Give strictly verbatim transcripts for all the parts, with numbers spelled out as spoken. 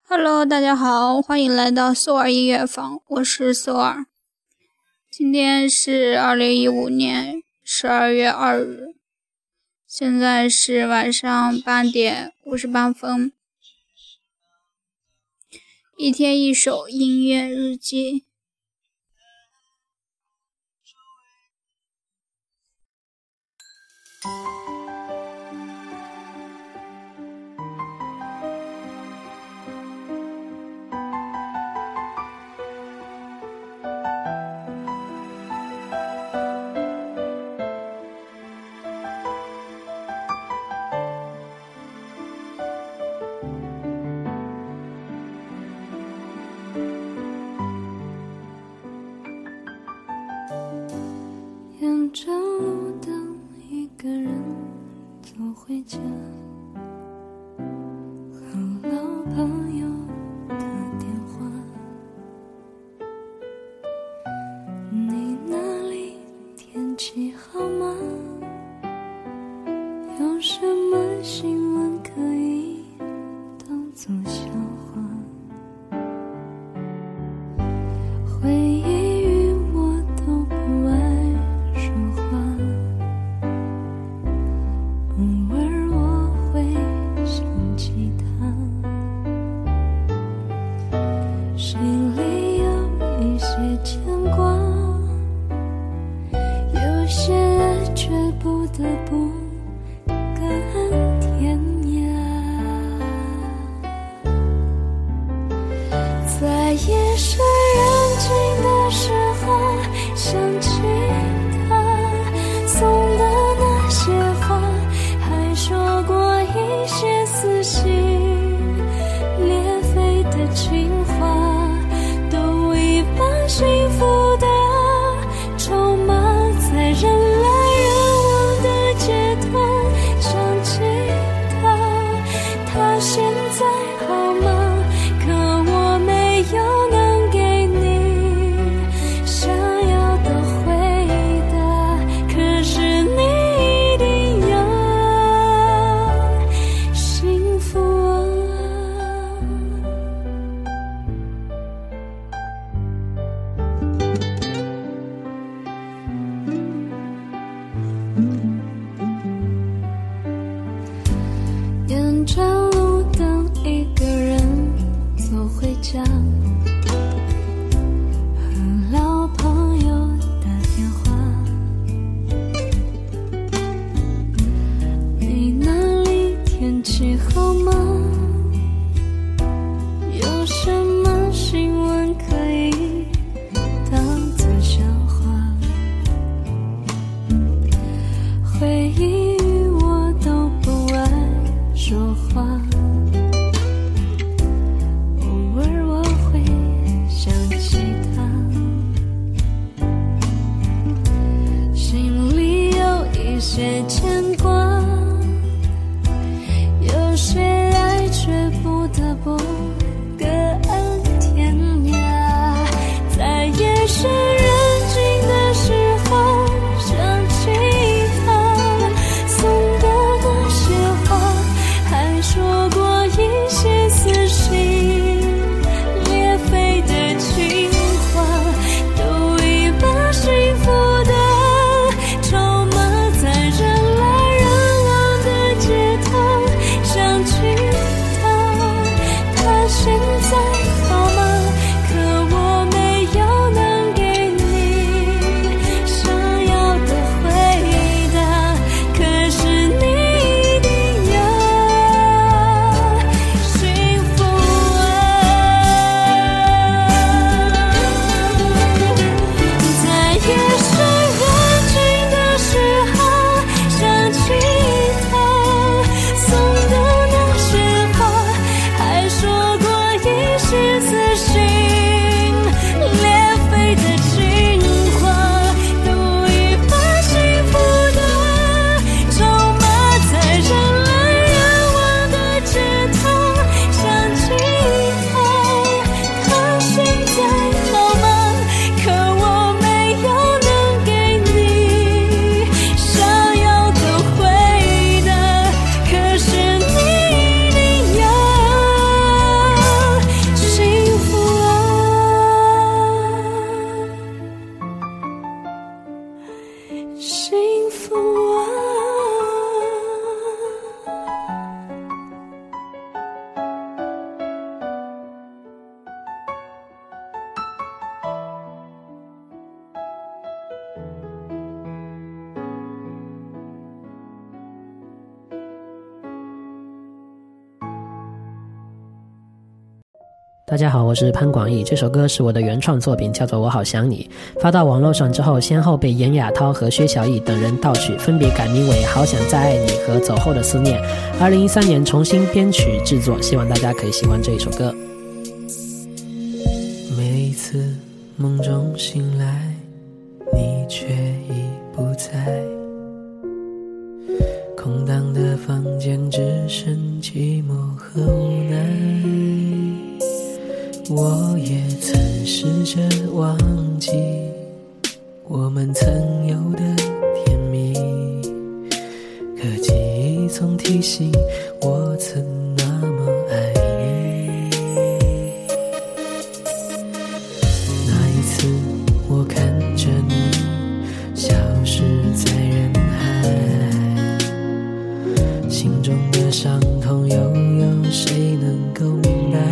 Hello， 大家好，欢迎来到索尔音乐坊，我是索尔。今天是二零一五年十二月二日，现在是晚上八点五十八分。一天一首音乐日记。 沿着路灯，一个人走回家，和老朋友打电话。你那里天气好吗？有什么新闻可以当作笑话？回忆心里有一些牵挂，有些爱却不得不感天涯。在夜深人静的时候，想起他送的那些话，还说过一些撕心裂肺的情话。幸福的筹码，在人来人往的街头想起他，他现在好吗？可我没有能给你想要的回答，可是你一定要幸福啊。沿着路灯，一个人走回家，和老朋友打电话。你那里天气好吗？有什么新闻可以当作笑话？回忆与我都不爱说话，偶尔我幸福啊。 大家好，我是潘广义，这首歌是我的原创作品，叫做《我好想你》。发到网络上之后，先后被严雅涛和薛晓艺等人盗取，分别改名为《好想再爱你》和《走后的思念》。二零一三年重新编曲制作，希望大家可以喜欢这一首歌。 每一次梦中醒来，你却已不在，空荡的房间只剩寂寞和无奈。我也曾试着忘记我们曾有的甜蜜，可记忆总提醒我曾那么爱你。那一次我看着你消失在人海，心中的伤痛又有谁能够明白？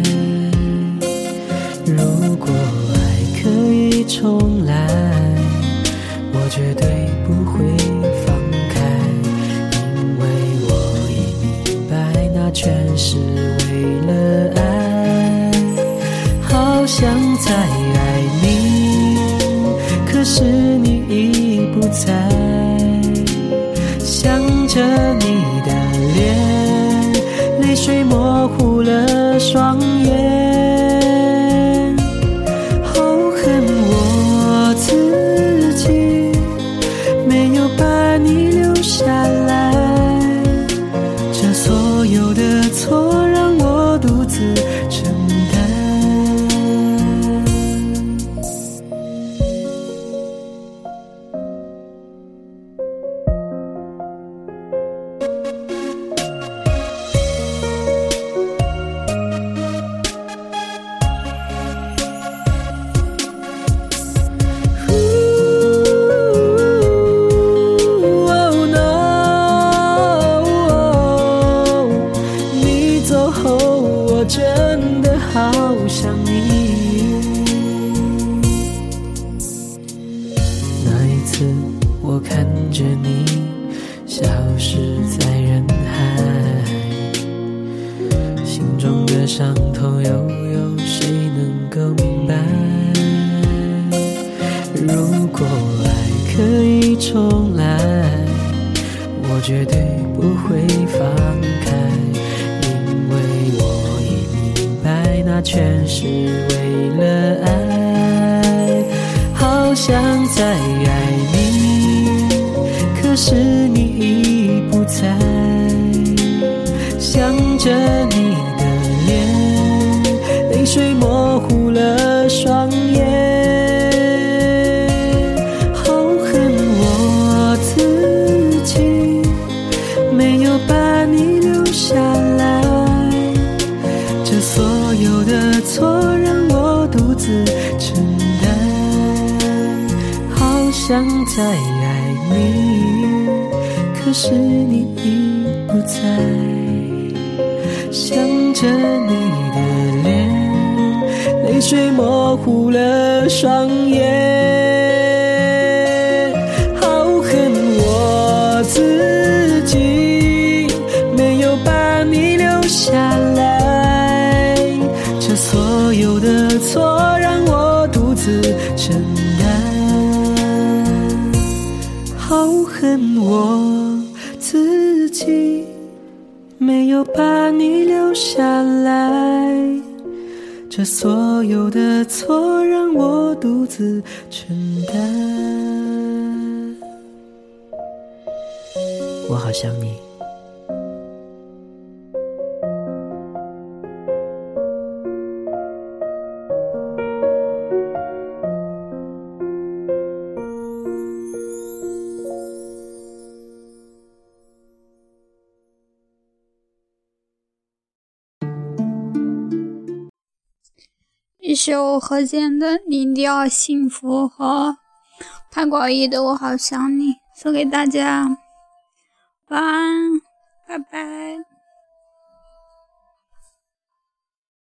如果爱可以重来，我绝对不会放开，因为我已明白那全是为了爱。好想再爱你，可是你已不在，想着你的脸，泪水模糊了双眼。下来，这所有的错让我独自承担。真的好想你。那一次我看着你消失在人海，心中的伤痛又有谁能够明白？如果爱可以重来，我绝对不会放开，那全是为了爱。好想再爱你，可是你已不在，想着你的脸，泪水模糊了双眼。好恨我自己没有把你留下来，所有的错让我独自承担。好想再爱你，可是你已不在，想着你的脸，泪水模糊了双眼。好恨我自己没有把你留下来，所有的错让我独自承担。好恨我自己没有把你留下来，这所有的错让我独自承担。 我好想你。 一首何健的《你一定要幸福》和潘广义的《我好想你》送给大家，晚安，拜拜。